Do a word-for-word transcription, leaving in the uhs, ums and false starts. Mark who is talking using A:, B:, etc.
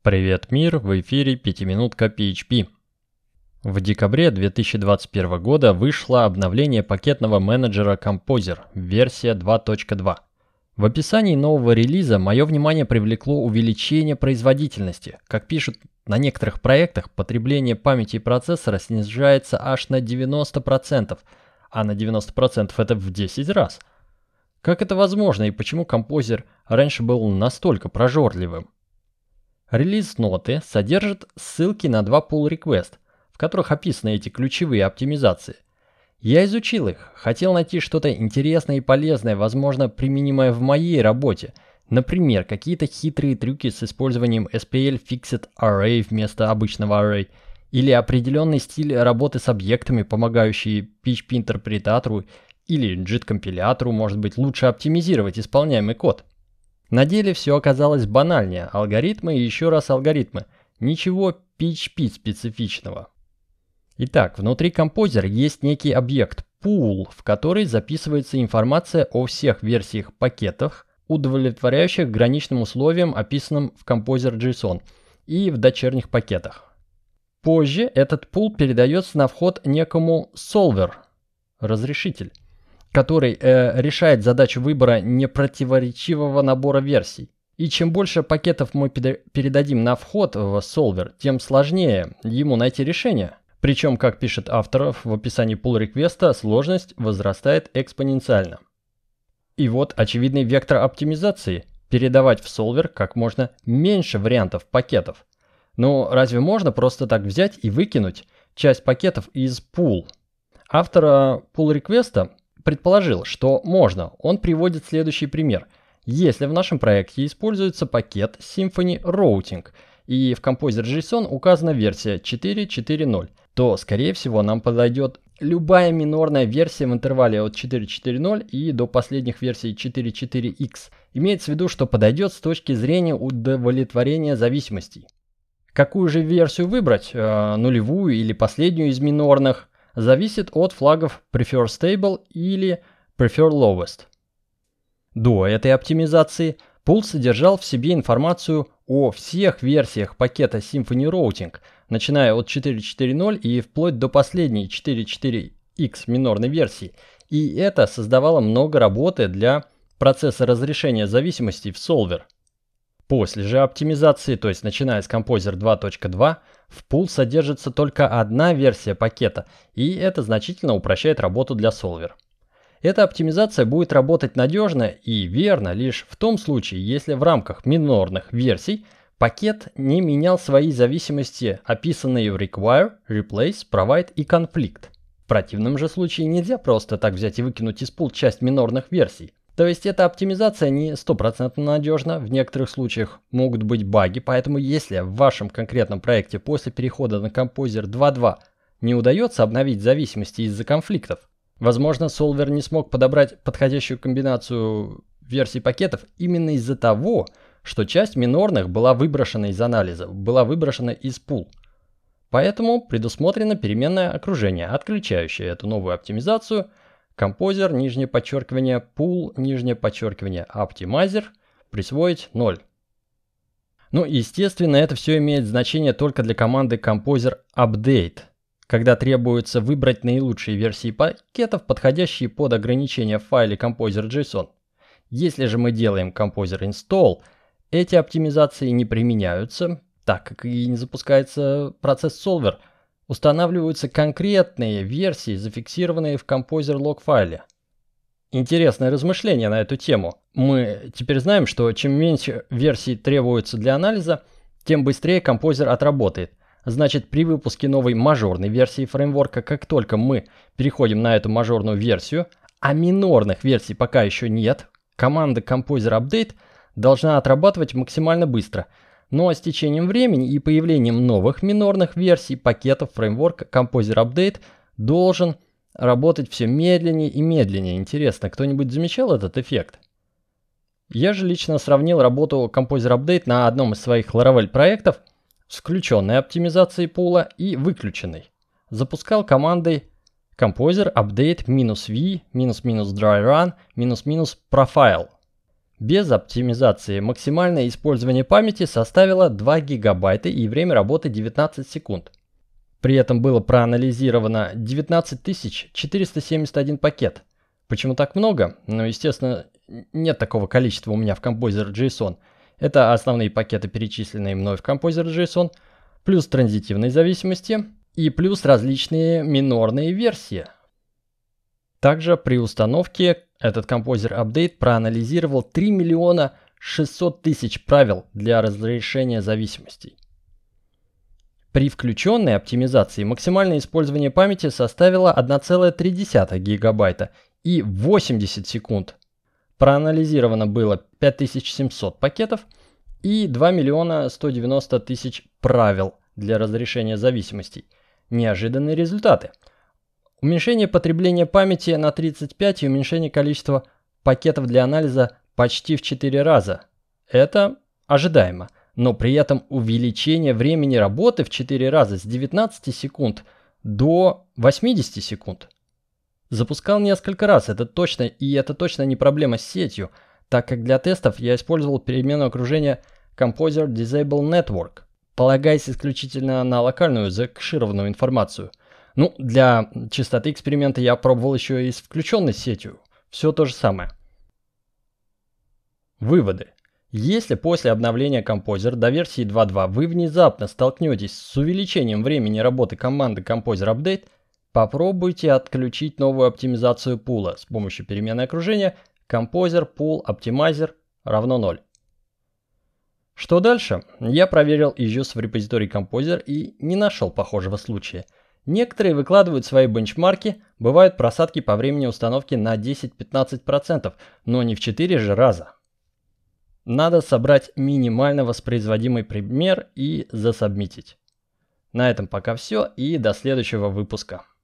A: Привет, мир! В эфире пятиминутка пи эйч пи. В декабре две тысячи двадцать первого года вышло обновление пакетного менеджера Composer, версия два точка два. В описании нового релиза мое внимание привлекло увеличение производительности. Как пишут, на некоторых проектах потребление памяти и процессора снижается аж на девяносто процентов, а на девяносто процентов это в десять раз. Как это возможно и почему Composer раньше был настолько прожорливым? Релиз-ноты содержат ссылки на два pull request, в которых описаны эти ключевые оптимизации. Я изучил их, хотел найти что-то интересное и полезное, возможно, применимое в моей работе. Например, какие-то хитрые трюки с использованием эс пи эл Fixed Array вместо обычного Array, или определенный стиль работы с объектами, помогающий пи эйч пи-интерпретатору или джит-компилятору, может быть, лучше оптимизировать исполняемый код. На деле все оказалось банальнее. Алгоритмы и еще раз алгоритмы. Ничего пи эйч пи специфичного. Итак, внутри Composer есть некий объект pool, в который записывается информация о всех версиях пакетов, удовлетворяющих граничным условиям, описанным в Composer.json и в дочерних пакетах. Позже этот pool передается на вход некому solver, разрешитель, который э, решает задачу выбора непротиворечивого набора версий. И чем больше пакетов мы передадим на вход в solver, тем сложнее ему найти решение. Причем, как пишет автор в описании pull request, сложность возрастает экспоненциально. И вот очевидный вектор оптимизации – передавать в solver как можно меньше вариантов пакетов. Но разве можно просто так взять и выкинуть часть пакетов из pool? Автор pull request предположил, что можно. Он приводит следующий пример. Если в нашем проекте используется пакет Symfony Routing и в Composer.json указана версия четыре точка четыре точка ноль, то, скорее всего, нам подойдет любая минорная версия в интервале от четыре точка четыре точка ноль и до последних версий четыре точка четыре икс. Имеется в виду, что подойдет с точки зрения удовлетворения зависимостей. Какую же версию выбрать, э, нулевую или последнюю из минорных, зависит от флагов Prefer Stable или Prefer Lowest. До этой оптимизации пул содержал в себе информацию о всех версиях пакета Symfony Routing, начиная от четыре точка четыре точка ноль и вплоть до последней четыре точка четыре икс минорной версии, и это создавало много работы для процесса разрешения зависимостей в Solver. После же оптимизации, то есть начиная с Composer два точка два, в пул содержится только одна версия пакета, и это значительно упрощает работу для Solver. Эта оптимизация будет работать надежно и верно лишь в том случае, если в рамках минорных версий пакет не менял свои зависимости, описанные в Require, Replace, Provide и Conflict. В противном же случае нельзя просто так взять и выкинуть из пул часть минорных версий. То есть эта оптимизация не стопроцентно надежна, в некоторых случаях могут быть баги, поэтому если в вашем конкретном проекте после перехода на Composer два точка два не удается обновить зависимости из-за конфликтов, возможно, Solver не смог подобрать подходящую комбинацию версий пакетов именно из-за того, что часть минорных была выброшена из анализа, была выброшена из пул. Поэтому предусмотрено переменное окружение, отключающее эту новую оптимизацию. Composer, нижнее подчеркивание, pool, нижнее подчеркивание, optimizer, присвоить ноль. Ну, естественно, это все имеет значение только для команды Composer update, когда требуется выбрать наилучшие версии пакетов, подходящие под ограничения в файле Composer.json. Если же мы делаем Composer install, эти оптимизации не применяются, так как и не запускается процесс Solver. Устанавливаются конкретные версии, зафиксированные в Composer log файле. Интересное размышление на эту тему. Мы теперь знаем, что чем меньше версий требуется для анализа, тем быстрее Composer отработает. Значит, при выпуске новой мажорной версии фреймворка, как только мы переходим на эту мажорную версию, а минорных версий пока еще нет, команда Composer update должна отрабатывать максимально быстро. Но с течением времени и появлением новых минорных версий пакетов фреймворка Composer Update должен работать все медленнее и медленнее. Интересно, кто-нибудь замечал этот эффект? Я же лично сравнил работу Composer Update на одном из своих Laravel проектов с включенной оптимизацией пула и выключенной. Запускал командой Composer Update -v -dry run -profile. Без оптимизации максимальное использование памяти составило два гигабайта и время работы девятнадцать секунд. При этом было проанализировано девятнадцать тысяч четыреста семьдесят один пакет. Почему так много? Ну, естественно, нет такого количества у меня в Composer.json. Это основные пакеты, перечисленные мной в Composer.json, плюс транзитивные зависимости и плюс различные минорные версии. Также при установке этот Composer Update проанализировал три миллиона шестьсот тысяч правил для разрешения зависимостей. При включенной оптимизации максимальное использование памяти составило одна целая три десятых гигабайта и восемьдесят секунд. Проанализировано было пять тысяч семьсот пакетов и два миллиона сто девяносто тысяч правил для разрешения зависимостей. Неожиданные результаты. Уменьшение потребления памяти на тридцать пять и уменьшение количества пакетов для анализа почти в четыре раза. Это ожидаемо. Но при этом увеличение времени работы в четыре раза с девятнадцати секунд до восьмидесяти секунд. Запускал несколько раз, это точно, и это точно не проблема с сетью, так как для тестов я использовал перемену окружения Composer Disable Network, полагаясь исключительно на локальную закэшированную информацию. Ну, для чистоты эксперимента я пробовал еще и с включенной сетью, все то же самое. Выводы. Если после обновления Composer до версии два точка два вы внезапно столкнетесь с увеличением времени работы команды Composer Update, попробуйте отключить новую оптимизацию пула с помощью перемены окружения Composer Pool Optimizer равно ноль. Что дальше? Я проверил issues в репозитории Composer и не нашел похожего случая. Некоторые выкладывают свои бенчмарки, бывают просадки по времени установки на десять-пятнадцать процентов, но не в четыре же раза. Надо собрать минимально воспроизводимый пример и засабмитить. На этом пока все и до следующего выпуска.